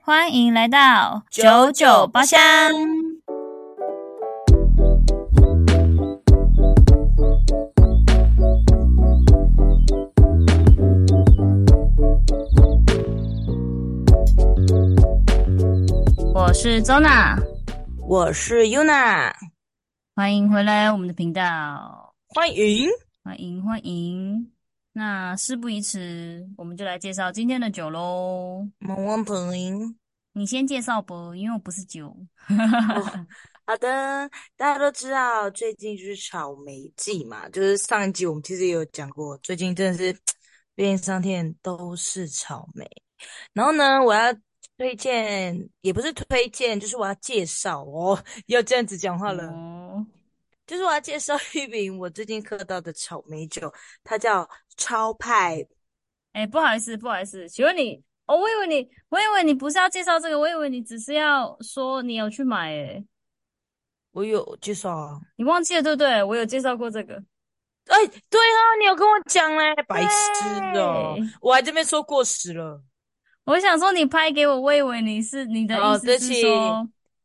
欢迎来到九九包厢。我是周娜， 我是 Yuna， 欢迎回来我们的频道， 欢迎。 欢迎。那事不宜迟，我们就来介绍今天的酒咯。 萌萌朋你先介绍不？因为我不是酒。 哦，好的，大家都知道最近就是草莓季嘛，就是上一集我们其实也有讲过，最近真的是便利商店都是草莓。然后呢，我要推荐，也不是推荐，就是我要介绍哦，要这样子讲话了。 哦， 就是我要介绍一瓶我最近喝到的草莓酒，它叫超派。 不好意思，不好意思，请问你？哦，我以为你不是要介绍这个，我以为你只是要说你有去买， 我有介绍啊。 你忘记了对不对？我有介绍过这个。 哎，对啊，你有跟我讲嘞，白痴哦， 对， 我还这边说过时了。 我想说你拍给我，我以为你的意哦，对不思是起， 说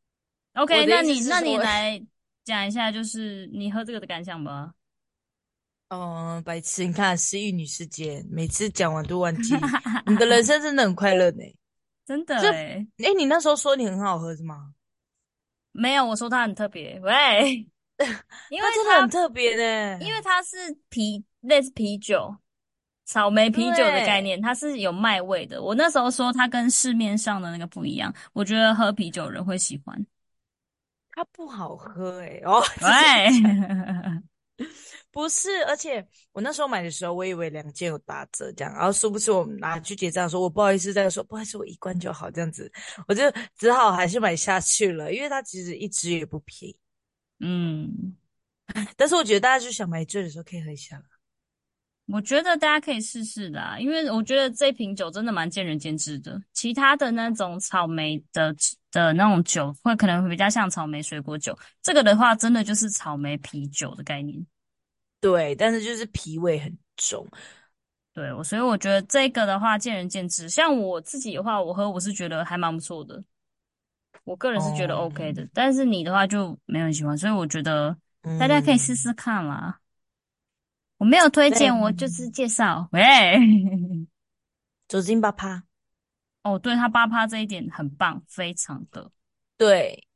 ，OK， 我的意思那你是说， 来讲一下，就是你喝这个的感想吧。 白痴，你看失忆女事件，每次讲完都忘记。你的人生真的很快乐呢。 真的就， 诶， 你那时候说你很好喝是吗？ 没有，我说它很特别，喂，因为它真的很它特别呢。 因为它是类似啤酒，草莓啤酒的概对， 念，它是有麦味的。我那时候说它跟市面上的那个不一样，我觉得喝啤酒人会喜欢。 它不好喝诶。哦，是这样喂， 讲。不是，而且我那时候买的时候，我以为2件有打折这样，然后殊不知我们拿去结账的时候，我不好意思再说，不好意思，我1罐就好这样子，我就只好还是买下去了，因为它其实一支也不便宜， 嗯。 但是我觉得大家就想买醉的时候可以喝一下了。 我觉得大家可以试试啦，因为我觉得这瓶酒真的蛮见仁见智的。其他的那种草莓的那种酒，可能会比较像草莓水果酒，这个的话真的就是草莓啤酒的概念。 对，但是就是脾胃很重。 对，所以我觉得这个的话见仁见智。像我自己的话，我是觉得还蛮不错的，我个人是觉得哦， OK 的。但是你的话就没有很喜欢，所以我觉得大家可以试嗯， 试看啦。我没有推对， 荐，我就是介绍。喂。 酒精8%， 哦，对，它8%这一点很棒，非常的， 对，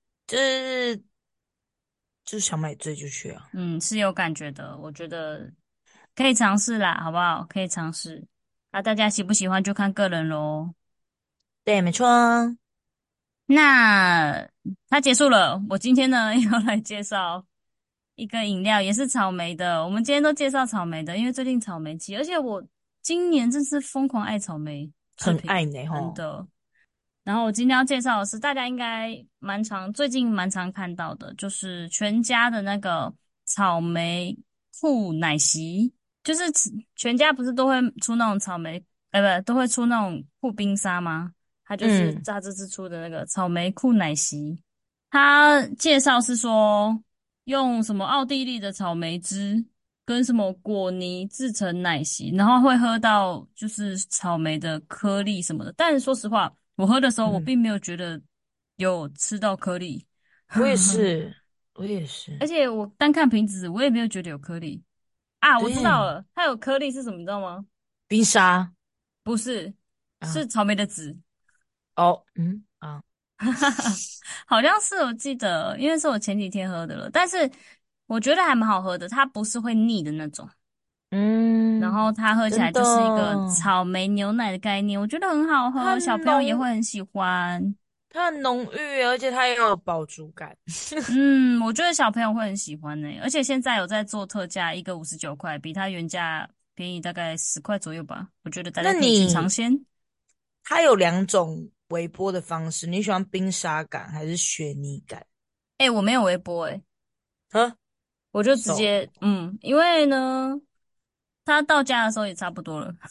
就是想买醉就去啊。 嗯，是有感觉的，我觉得可以尝试啦，好不好？可以尝试，啊，大家喜不喜欢就看个人咯。 对，没错啊。 那它结束了，我今天呢要来介绍一个饮料，也是草莓的。我们今天都介绍草莓的，因为最近草莓季，而且我今年真是疯狂爱草莓制品， 很爱呢吼。 真的。然后我今天要介绍的是，大家应该最近蛮常看到的，就是全家的那个草莓酷奶昔，就是全家不是都会出那种草莓，不，都会出那种酷冰沙吗？它就是嗯榨汁之出的那个草莓酷奶昔。它介绍是说，用什么奥地利的草莓汁跟什么果泥制成奶昔，然后会喝到就是草莓的颗粒什么的。但是说实话，我喝的时候我嗯， 并没有觉得有吃到颗粒， 我也是，我也是。 而且我单看瓶子，我也没有觉得有颗粒啊。我知道对， 了，它有颗粒是什么，你知道吗？ 冰沙不是， 啊。 是草莓的籽。 哦，嗯啊， 好像是我记得，因为是我前几天喝的了，但是我觉得还蛮好喝的，它不是会腻的那种，然嗯， 后它喝起来真的， 就是一个草莓牛奶的概念，我觉得很好它喝，小朋友也浓， 会很喜欢。 它很浓郁，而且它也有饱足感。 嗯，我觉得小朋友会很喜欢呢、而且现在有在做特价，一个59块，比它原价便宜大概10块左右吧，我觉得大那家可以去尝你， 鲜。 它有2种微波的方式，你喜欢冰沙感还是雪泥感？ 我没有微波啊， 我就直手接因为呢，它到家的时候也差不多了。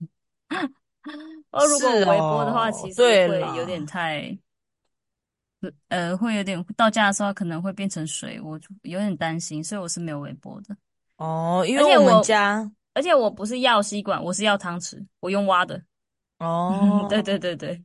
如果我是微波的话， 哦， 其实对会有点啦， 太，会有点到家的时候可能会变成水，我就有点担心，所以我是没有微波的。 哦，因而为我们且我， 家而且我不是药吸管，我是药汤匙，我用挖的。对哦， 对对对，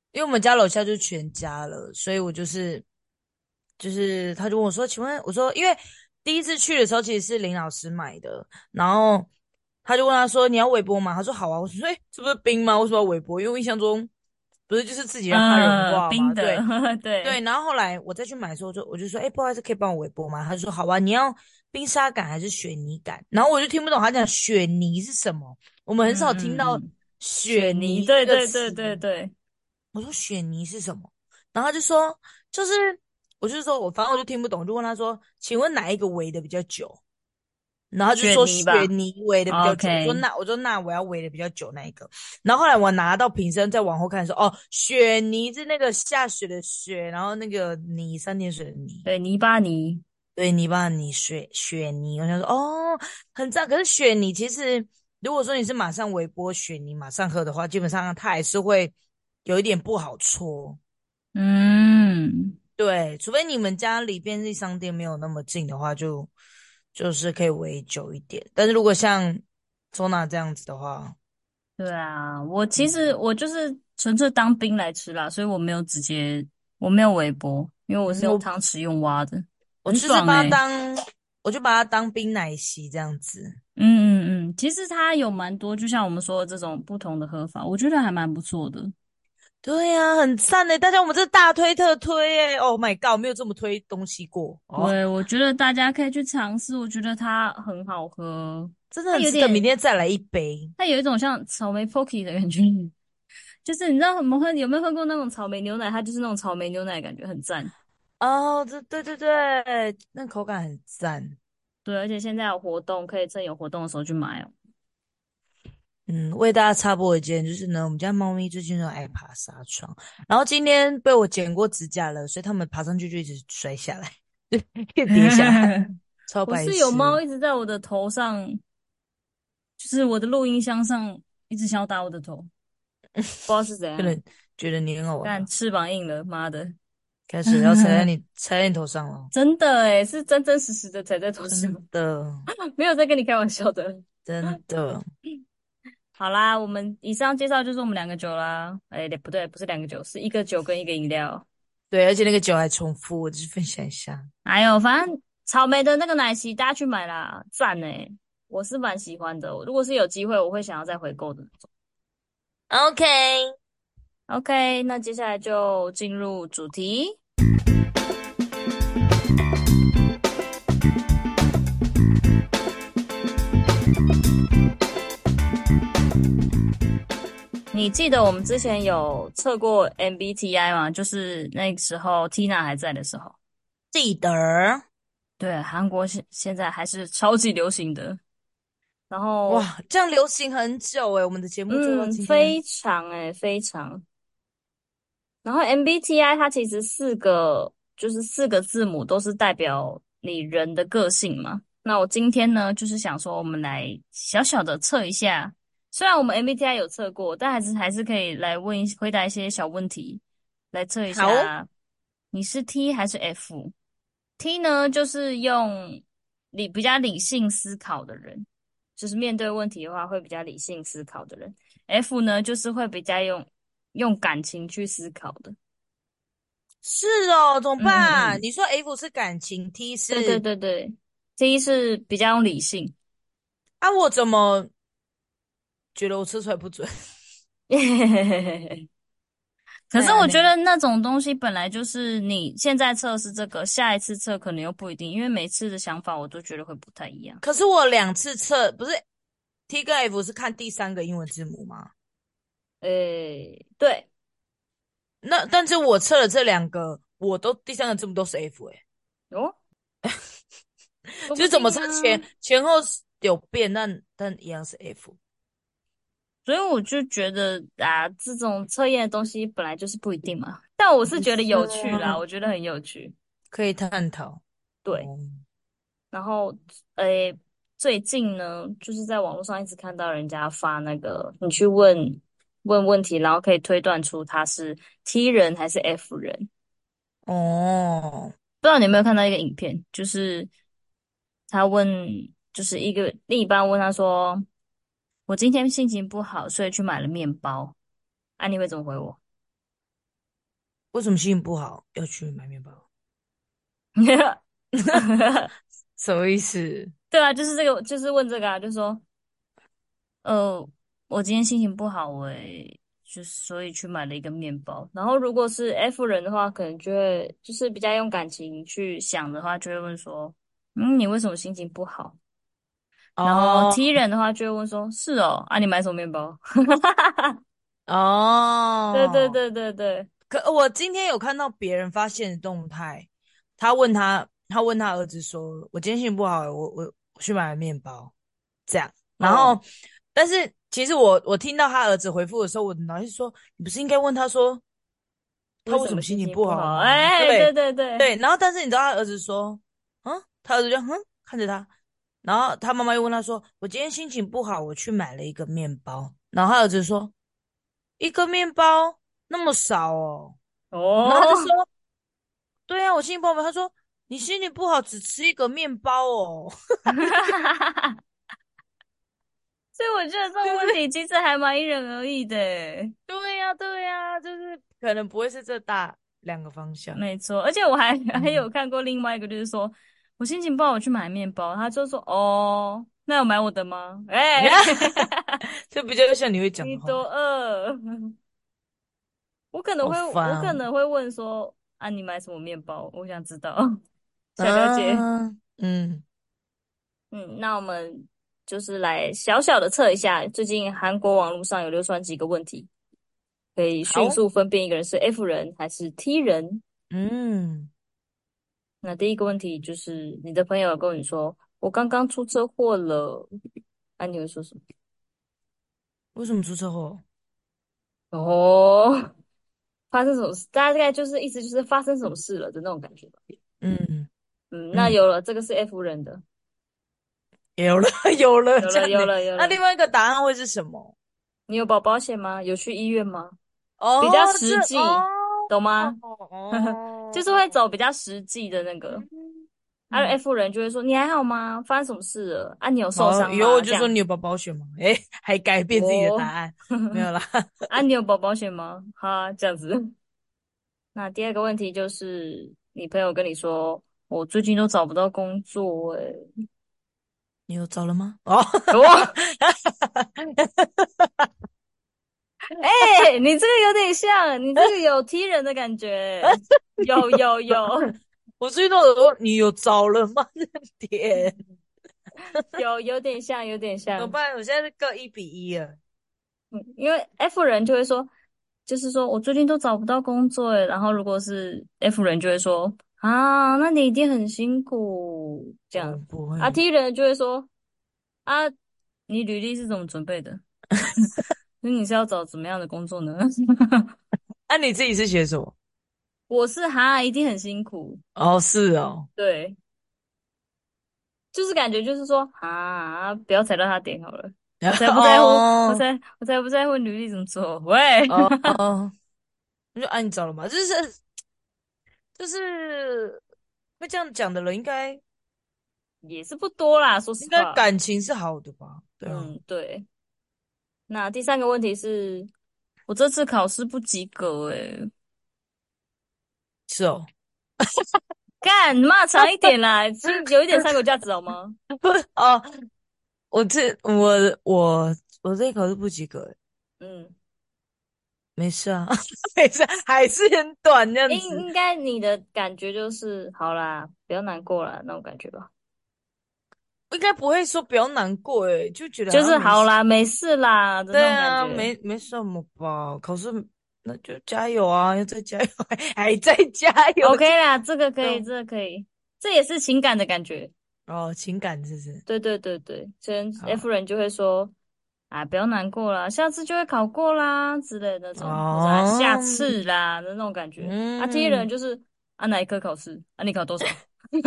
因为我们家楼下就是全家了，所以我就是他就问我说，请问我说，因为第一次去的时候其实是林老师买的，然后他就问他说你要微波吗？他说好啊，我说这不是冰吗？为什么要微波？因为我印象中不是就是自己让它融化吗？ 冰的， 对。对， 对， 然后后来我再去买的时候我就说，哎，不好意思，可以帮我微波吗？他就说好啊，你要冰沙感还是雪泥感？然后我就听不懂他讲雪泥是什么，我们很嗯少听到嗯嗯，雪雪泥， 泥这对对对个词。 对对， 我说雪泥是什么？然后他就说就是，我就说反正我就听不懂，就问他说，请问哪一个围的比较久？然后他就雪说泥吧雪泥围的比较久。 ，OK， 我说那我要围的比较久那一个。然后后来我拿到瓶身再往后看说，哦，雪泥是那个下雪的雪，然后那个泥三点水的泥。 对，泥巴泥， 对，泥巴泥雪泥，我想说哦，很赞。可是雪泥其实，如果说你是马上微波雪泥马上喝的话，基本上它还是会有一点不好搓。 嗯， 对，除非你们家离便利商店没有那么近的话，就是可以围久一点。但是如果像周娜这样子的话， 对啊，我其实嗯我就是纯粹当冰来吃啦，所以我没有直接，我没有微波，因为我是用我汤匙用挖的，很就是把它爽诶、 当，我就把它当冰奶昔这样子。 嗯嗯嗯，其实它有蛮多，就像我们说的这种不同的喝法，我觉得还蛮不错的。 对呀、很赞的，大家我们这大推特推耶！Oh my god，没有这么推东西过哦， 对，我觉得大家可以去尝试，我觉得它很好喝， 真的很值得，明它有点， 天再来一杯。 它有一种像草莓 Pocky 的感觉，就是你知道我们有没有喝过那种草莓牛奶？它就是那种草莓牛奶的感觉，很赞。 哦，对，那口感很赞。 对，而且现在有活动，可以趁有活动的时候去买哦。 嗯，为大家插播一件，就是呢，我们家猫咪最近都爱爬纱窗，然后今天被我剪过指甲了，所以它们爬上去就一直摔下来，一直跌下来，超我白痴。 是有猫一直在我的头上，就是我的录音箱上一直想要打我的头，不知道是怎样， 可能觉得你很好玩吧， 但翅膀硬了，妈的， 开始要踩在你头上了， 真的诶，是真真实实的踩在头上， 真的没有在跟你开玩笑的。 真的。 好啦，我们以上介绍就是我们两个酒啦。哎，不对，不是两个酒，是一个酒跟一个饮料。 对，而且那个酒还重复，我只是分享一下。 还有，反正草莓的那个奶昔大家去买啦，赞诶，我是蛮喜欢的。如果是有机会，我会想要再回购的那种。 OK， OK，那接下来就进入主题。你记得我们之前有测过 MBTI 吗？就是那个时候 Tina 还在的时候。 记得。 对，韩国现在还是超级流行的。然后， 哇，这样流行很久诶，我们的节目做到今天。 非常非常。然后 MBTI 它其实就是四个字母都是代表你人的个性嘛。那我今天呢，就是想说我们来小小的测一下，虽然我们 MBTI 有测过，但还是可以来回答一些小问题，来测一好， 下你是 T 还是 F？T 呢，就是用比较理性思考的人，就是面对问题的话会比较理性思考的人。F 呢，就是会比较用感情去思考的。 是哦，怎么嗯嗯办？ 嗯， 你说 F 是感情，T 对对是对对，T 是比较用理性。 啊，我怎么觉得我测出来不准？ 可是我觉太安呢？ 得那种东西本来就是你现在测是这个，下一次测可能又不一定，因为每次的想法我都觉得会不太一样。 可是我2次测，不是 T 跟 F 是看第三个英文字母吗？ 对， 但是我测了这2个，我都第三个字母都是 F 哦，说不就是怎么定测啊。 前后有变，但一样是 F。 所以我就觉得啊，这种测验的东西本来就是不一定嘛。但我是不觉得有趣啦， 是我觉得很有趣。 可以探讨对， 哦。 然后诶，最近呢，就是在网络上一直看到人家发那个，你去问问题，然后可以推断出他是 T 人还是 F 人。 哦， 不知道你有没有看到一个影片，就是他问，就是另一半问他说：“我今天心情不好，所以去买了面包。”啊，你会怎么回我？ 为什么心情不好要去买面包？什么意思？ 对啊，就是这个，就是问这个啊，就说，呃，我今天心情不好，就是所以去买了一个面包。然后如果是 F 人的话，可能就会就是比较用感情去想的话，就会问说，你为什么心情不好？然后哦 T 人的话就会问说，是哦，啊，你买什么面包？对对哦， 对对对， 可我今天有看到别人发现的动态，他问他儿子说："我今天心情不好欸，我去买了面包。"这样，然哦， 后，但是其实我听到他儿子回复的时候，我的脑袋是说："你不是应该问他说他为什么心为什么心情不好情不好？ 吗？" 哎，对对对对， 对，然后但是你知道他儿子说："他儿子就看着他，然后他妈妈又问他说："我今天心情不好，我去买了一个面包。"然后他儿子说："一个面包那么少哦。"然后他就哦， 说："对啊，我心情不好。"他说："你心情不好，只吃一个面包哦。 所以我觉得这对不对？ 种问题其实还蛮因人而异的欸。 对呀，对呀，就是可能不会是这大两个方向。 没错，而且我还还嗯， 有看过另外一个，就是说我心情不好，我去买面包，他就说哦，那有买我的吗？哎， 这比较像你会讲的话。 你多饿， 好我烦哦。 可能会问说啊，你买什么面包？我想知道，想了解。 嗯嗯， 那我们就是来小小的测一下，最近韩国网络上有流传几个问题，可以迅好， 速分辨一个人是 F 人还是 T 人。 嗯， 那第一个问题就是你的朋友有跟你说，我刚刚出车祸了，啊，你会说什么？ 为什么出车祸？ 哦，发生什么事？大概就是意思就是发生什么事了的那种感觉吧。 嗯那嗯， 有了，这个是 F 人的， 有了有了， 有了， 这样的。 有了，有了。 那另外一个答案会是什么？ 你有保保险吗？有去医院吗？比较哦，这实际， 哦懂吗？就是会哦， 走比较实际的那个。 嗯而嗯， F 人就会说你还好吗？发生什么事了？啊，你有受好， 伤吗？ 以后我就这样。 说你有保保险吗？诶，还改变自己的答我、 案，没有啦。 啊，你有保保险吗？哈，这样子。那第二个问题就是，你朋友跟你说，我最近都找不到工作，诶， 你有找了吗？哦， 哇，哎、你这个有点像，你这个有踢人的感觉，有有有我最近都有说你有找了吗？这点有点像，有点像， 怎么办？我现在是各1比1了。 因为 F 人就会说，就是说我最近都找不到工作，诶，然后如果是 F 人就会说，啊，那你一定很辛苦，这哦， 样，啊不会。 T 人就会说，啊，你履历是怎么准备的？那你是要找怎么样的工作呢？ 那、你自己是写什么？ 我是哈，一定很辛苦。 哦，是哦。 对，就是感觉就是说啊，不要踩到他点好了。我才不在乎， 哦我才不在乎履历怎么做。喂， 哦哦，我就你找了嘛，就是会这样讲的人， 也是不多啦，说应该实话。 感情是好的吧？对啊， 对。那第三个问题是，我这次考试不及格诶， 是哦。 干骂长一点啦，有一点参考价值好吗？ 不哦，我这我我我这一考是不及格欸， 嗯， 没事啊，没事，还是很短这样子。 应该你的感觉就是好啦，不要难过啦，那种感觉吧。 应该不会说比较难过诶，就觉得好就像没事。 是好啦，没事啦的那种感对啊， 觉。 没什么吧。考试那就加油啊，要再加油，还在加油 OK 这啦，这个可以， 种这个可以，这也是情感的感觉。 哦，情感是不是？ 对对对对，跟好 F 人就会说啊，不要难过啦，下次就会考过啦之类的那种，或者啊下哦， 次啦的那种感觉。啊，T 人嗯， 就是啊哪一科考试啊你考多少？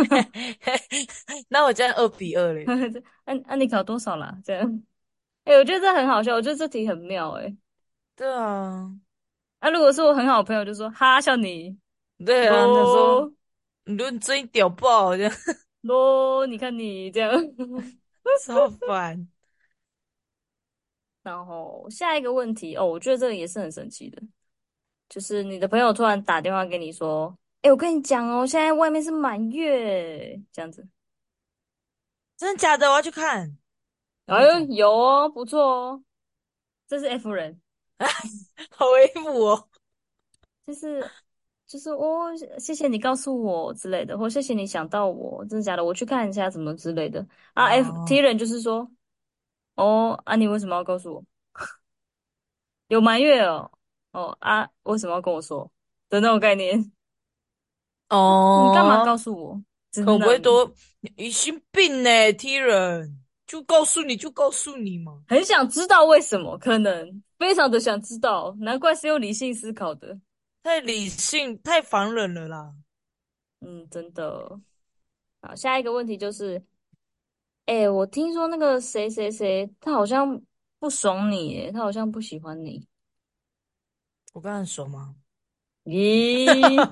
那我这样2比2嘞。 你考多少啦？这样，哎、我觉得这很好笑，我觉得这题很妙哎、 对啊， 啊，如果是我很好的朋友，就说哈笑你对啊，他说咯你论真屌爆，这样咯，你看你这样。 超烦。 然后下一个问题哦，我觉得这个也是很神奇的， 就是你的朋友突然打电话给你说，我跟你讲哦，现在外面是满月，这样子。 真的假的？我要去看。会不哎呦， 会这样？ 有哦，不错哦，这是 F 人， 好威武哦！ 就是哦，谢谢你告诉我之类的，或谢谢你想到我，真的假的？我去看一下怎么之类的。啊，T 哦人就是说，哦，啊，你为什么要告诉我？有满月哦，哦啊，为什么要跟我说的那种概念？你干嘛告哦， 诉我？ 可真的不会多你疑心病呢？T 人就告诉你就告诉你嘛， 很想知道为什么，可能非常的想知道，难怪是用理性思考的。 太理性太烦人了啦。 嗯，真的。好，下一个问题就是，我听说那个谁谁谁，他好像不爽你耶，他好像不喜欢你。 我刚刚说吗？ 咦，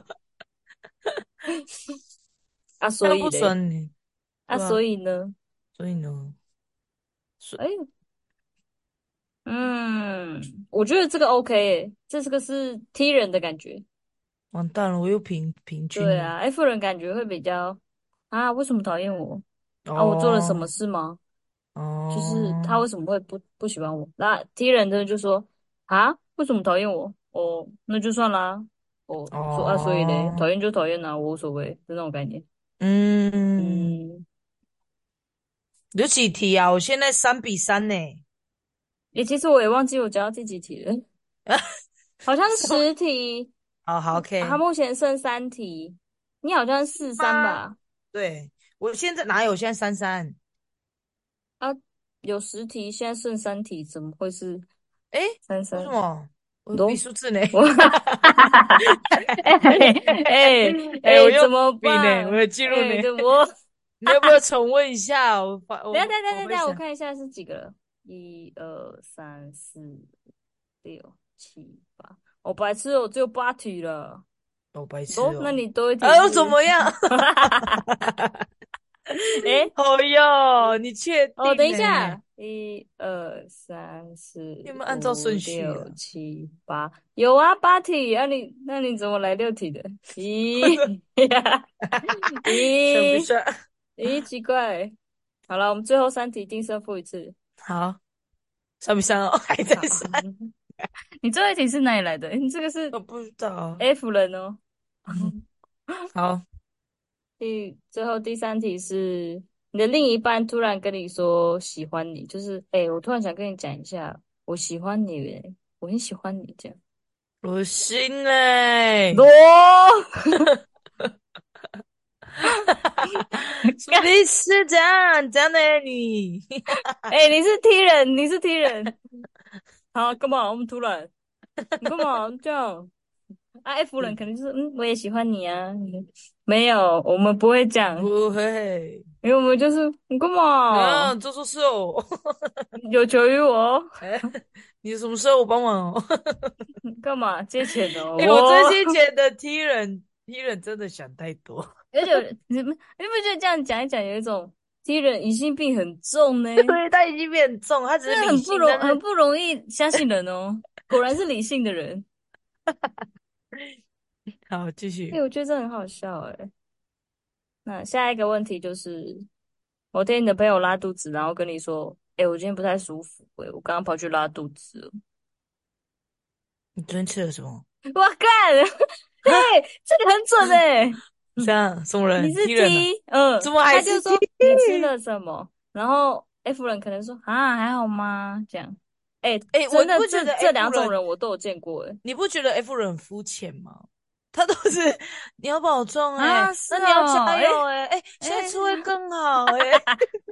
啊，所他不以嘞， 爽你， 啊， 对啊， 所以呢？ 所以呢，所哎，嗯，我觉得这个 OK 耶，这个是 T 人的感觉。 完蛋了，我又平均了。 对啊，F 人感觉会比较啊，为什么讨厌我？啊，我做了什么哦事吗？就是他哦为什么会不喜欢我？那 T 人的就说啊，为什么讨厌我？哦，那就算啦。哦，说啊，所以嘞， 哦， 讨厌就讨厌啦，我无所谓，就那种概念。 嗯， 嗯， 有几题啊？我现在3-3呢。 其实我也忘记我教到第几题了，好像是什么？ 10题， 好好他 ，OK。 目前剩3题，你好像是4-3 吗？ 吧？ 对，我现在哪有？现在3-3。 啊，有10题，现在剩3题，怎么会是诶， 三三？ 为什么？我比都数字呢？ 我，哎哎，我怎有么比呢，我办？ 有记录呢。 这我， 你要不要重温一下？我发等一下我等一下等一下，我我会想， 看一下是几个了，1、2、3、4、6、7、8，哦，白痴哦，只有8题了。 哦，白痴哦，那哦。 你多一啊，又怎题是？ 么样？ 哎， 哦哟，你确哦，等定呢？ 一下，1、2、3、4、 你有没有按照五、 顺序六、 啊？ 七、八，有啊，8题。那你怎么来6题的？咦呀， 算不咦算？ 咦，奇怪。好了，我们最后3题定胜负一次。 好，算不算哦？还在好， 算？ 你最后一题是哪里来的？你这个是我不知道啊。 F 人哦。 嗯，好， 最后第3题是你的另一半突然跟你说喜欢你，就是我突然想跟你讲一下，我喜欢你耶，我很喜欢你这样。 我心嘞。 罗， 什么意思？这样这样的你？ 你是 T 人，你是 T 人，好，干嘛？我们突然，你干嘛这样？啊，F 人肯定就是我也喜欢你啊。没有，我们不会讲， 不会， 因为我们就是你干嘛？ 做错事哦。 有求于我， 哎，你什么时候我帮忙哦？ 你干嘛借钱哦？ 哎，我真我， 心觉得 T 人真的想太多。 而且你不觉得这样讲一讲有一种 T 人疑心病很重呢？ 对，他已经变很重，他只是真的理性，但是很不容易相信人哦。果然是理性的人， 好继续。 我觉得这很好笑诶。那下一个问题就是，某天你的朋友拉肚子，然后跟你说：我今天不太舒服，我刚刚跑去拉肚子了。 你昨天吃了什么？ 哇干，这个很准诶。 这样什么人你是 ？T 人呢？ T， 怎么还是 T？ 他就说你吃了什么，然后 F 人可能说啊还好吗？这样， 哎，我真的不觉得这 F 两种人， 人我都有见过诶。 你不觉得 F 人很肤浅吗？他都是你要保重哎、 啊是那你要加哦， 油哎、哎、下哎， 次会更好哎、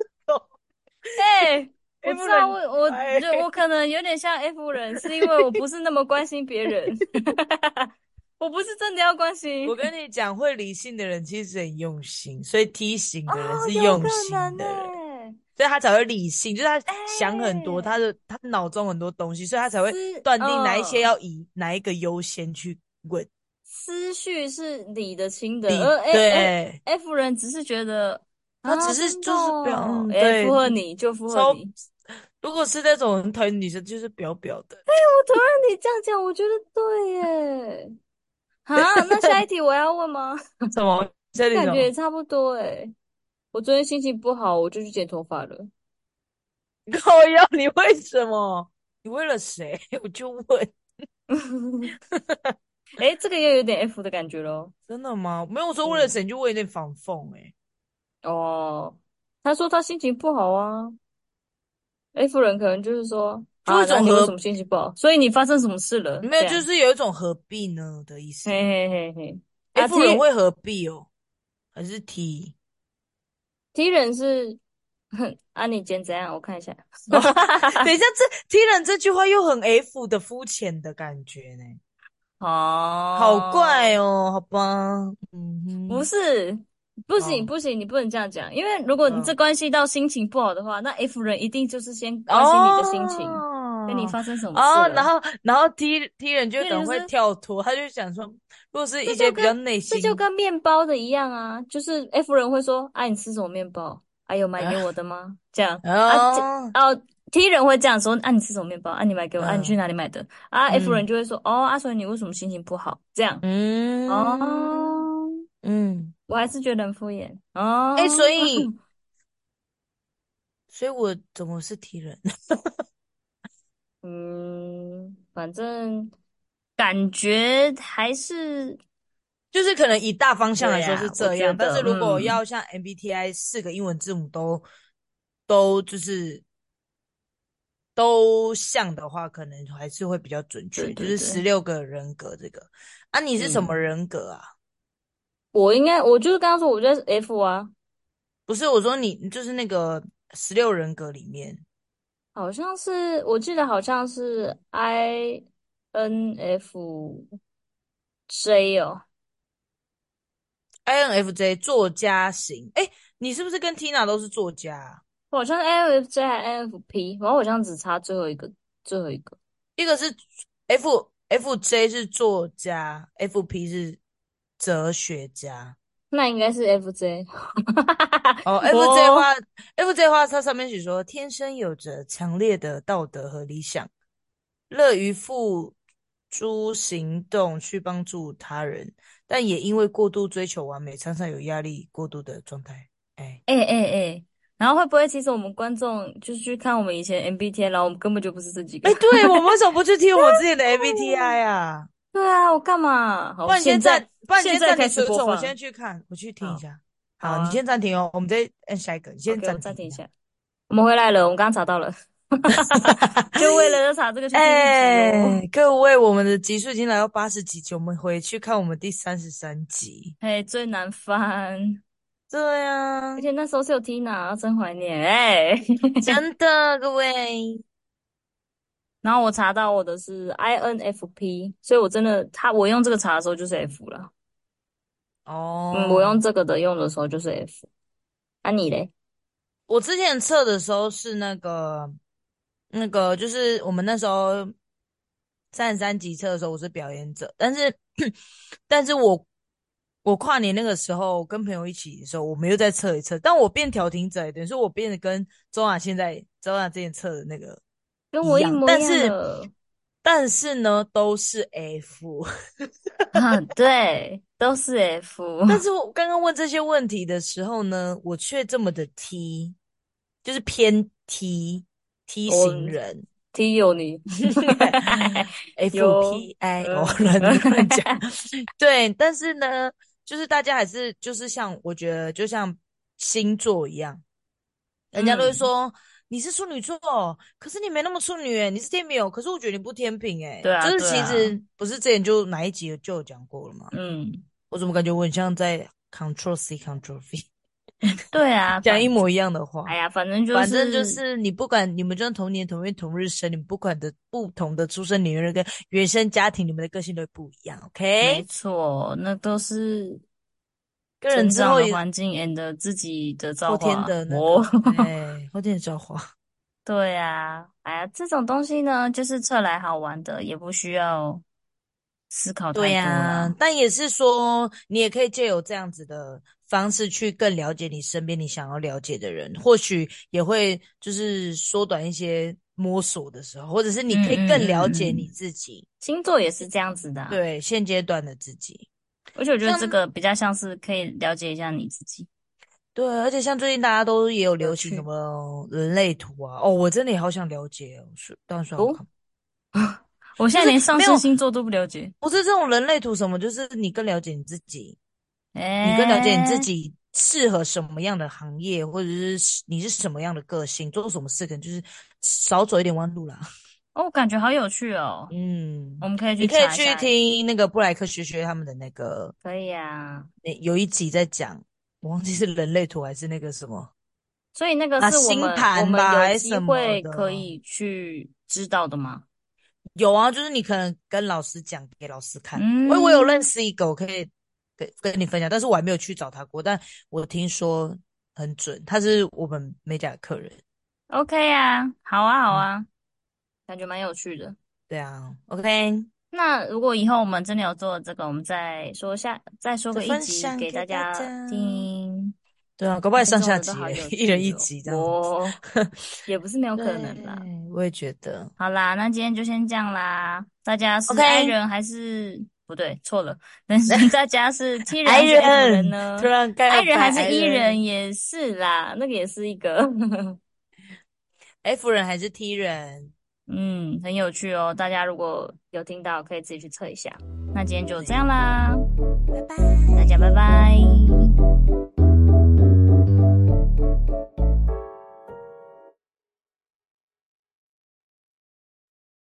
哎，我知 F 道人哎， 我可能有点像 F 人，是因为我不是那么关心别人，我不是真的要关心。 我跟你讲，会理性的人其实很用心，所以 T 型哦， 的人是有可用心能呢。 的人，所以他才会理性，就是他想很多， 哎， 他脑中很多东西，所以他才会思断定哪一些要以哪一个优先去问。 思绪是理的清的， 理对， F 人只是觉得他只啊，真的是就是不要， 哦，符对， 合你就符合超你。 如果是那种很讨厌女生，就是表表的。 我突然你这样讲，我觉得对耶。好，那下一题我要问吗？ 什么？这里什么？ 感觉也差不多诶。我昨天心情不好，我就去剪头发了。 靠腰，你为什么？你为了谁？我就问。 诶，这个又有点 F 的感觉咯。 真的吗？没有说为了嗯， 谁，你就为有点反讽哦，他说他心情不好啊。F 人可能就是说， 就一啊，那种何你为什么心情不好？所以你发生什么事了？ 没有，就这样， 是有一种何必呢的意思。 嘿嘿嘿嘿。啊 F 人 ，T 会何必哦？还是 T？ T 人是，哼，啊，你剪怎样？我看一下。 哦，等一下，这 T 人这句话又很 F 的肤浅的感觉呢，好怪哦， 哦，好吧， 不是，不行哦， 不行，你不能这样讲，因为如果你这嗯， 关系到心情不好的话，那 F 人一定就是先关心你的心情，跟你哦， 发生什么事哦，然了。 后T 人就可能会那就是跳脱，他就想说，如果是这就跟一些比较内心， 这就跟面包的一样啊，就是 F 人会说，啊，你吃什么面包？啊，有买给我的吗？这样啊， 哦， T 人会这样说，啊，你吃什么面包？啊，你买给我，啊，你去嗯哪里买的？啊，F 人嗯就会说，哦，所以你为什么心情不好？这样， 嗯哦， 嗯， 我还是觉得很敷衍哎， 哦。 所以我怎么是 T 人？ 嗯，反正感觉还是就是可能以大方向来说是对呀，我这样，但是觉得， 如果要像 MBTI 4个英文字母都就是都像的话，可能还是会比较准对确。就是十对对， 六个人格这个啊，你是什么嗯， 人格啊？ 我就是刚刚说我就是 F 啊， 不是，我说你就是那个16人格里面好像是我记得好像是 INFJ 哦， INFJ 作家型。哎，你是不是跟 Tina 都是作家啊？ 我好像是 INFJ 还 INFP，然后我好像只差最后一个，最后一个， 一个是 FJ 是作家，FP 是哲学家。 那应该是 FJ。 哦，FJ 的我话，FJ 的话，它上面写说，天生有着强烈的道德和理想，乐于付诸行动去帮助他人，但也因为过度追求完美，常常有压力过度的状态。哎哎，然后会不会其实我们观众就是去看我们以前 MBTI，然后我们根本就不是这几个？ 哎，对，我们为什么不去听我们之前的 MBTI 啊？ 对啊，我干嘛？好，现在不然你先暂现在开始停存存，我播放。 先去看，我去听一好， 下。好，你好啊先暂停哦，我们再按下一个，你先 ，OK，我暂停一下。 暂停一下。我们回来了，我们刚刚查到了，就为了要查这个去听一集哦。 哎，各位，我们的集数已经来到80几集，我们回去看我们第33集。 嘿，最难翻， 对啊， 而且那时候是有 Tina，真怀念哎。 真的，各位。 然后我查到我的是 INFP，所以我真的我用这个查的时候就是 F 了。嗯，我用哦， 这个的用的时候就是 F。啊，你嘞？ 我之前测的时候是那个，就是我们那时候33集测的时候，我是表演者，但是但是我跨年那个时候跟朋友一起的时候，我们又再测一测，但我变调停者，等于说我变得跟周雅之前测的那个跟我一一样， 模一样的。 但是呢都是 F。 啊，对，都是 F。 但是我刚刚问这些问题的时候呢，我却这么的 T，就是偏 T 我型人。 T 有你，有， FPI 哦，乱讲。对，但是呢，就是大家还是就是像我觉得，就像星座一样，人家都会嗯， 说你是处女座，可是你没那么处女诶，你是天平哦，可是我觉得你不天平诶， 对啊， 就是对啊， 其实不是之前就哪一集就有讲过了吗？ 嗯， 我怎么感觉我很像在 Control C Control V 对啊， 讲一模一样的话？ 哎呀，反正就反正就是是你不管你们就算同年同月同日生，你们不管的不同的出生年月日跟原生家庭，你们的个性都会不一样。 没 OK， 错，那都是个人成长之后也的环境 and 自己的造后天化。我， 的那个，哎，后天的造化。 对啊，哎呀，这种东西呢，就是测来好玩的，也不需要思考对太多呀、 啦。 但也是说，你也可以借由这样子的方式去更了解你身边你想要了解的人，或许也会就是缩短一些摸索的时候，或者是你可以更了解你自己， 星座也是这样子的啊， 对现阶段的自己。 而且我觉得像这个比较像是可以了解一下你自己， 对，而且像最近大家都也有有趣流行什么人类图啊，哦，我真的也好想了解哦，但算我哦。 看不， 我现就是在连上没有， 升星座都不了解， 不是这种人类图什么，就是你更了解你自己，你更了解你自诶， 己适合什么样的行业，或者是你是什么样的个性，做什么事，可能就是少走一点弯路啦。 哦，感觉好有趣哦，我嗯， 们可以去你可以去查一下， 听那个布莱克学学他们的那个， 可以啊。 有一集在讲，我忘记是人类图还是那个什么所以那个啊， 是我星们我盘吧， 们有还是什么机会可的。 以去知道的吗？ 有啊，就是你可能跟老师讲，给老师看。我有认嗯识一个，我可以跟你分享，但是我还没有去找他过，但我听说很准，他是我们美甲的客人。 ，OK 啊，好啊好嗯， 啊，感觉蛮有趣的。 对啊，OK， 那如果以后我们真的有做这个，我们再说再个一分享集给给大家。 大家听。 对啊，搞不好我还上听众的都下集嘞， 好有一人一趣哦， 集这样子。 我也不是没有可对， 能啦。 我也觉得。 好啦，那今天就先这样啦。大家是 I OK， 人还是不对？错了，但是大家是 T 人爱还是 F 人人突呢然 ？I 告白， 人还是爱 E 人人也是啦，那个也是一个， ，F 人还是 T 人？ 嗯，很有趣哦。大家如果有听到，可以自己去测一下。那今天就这对， 样啦。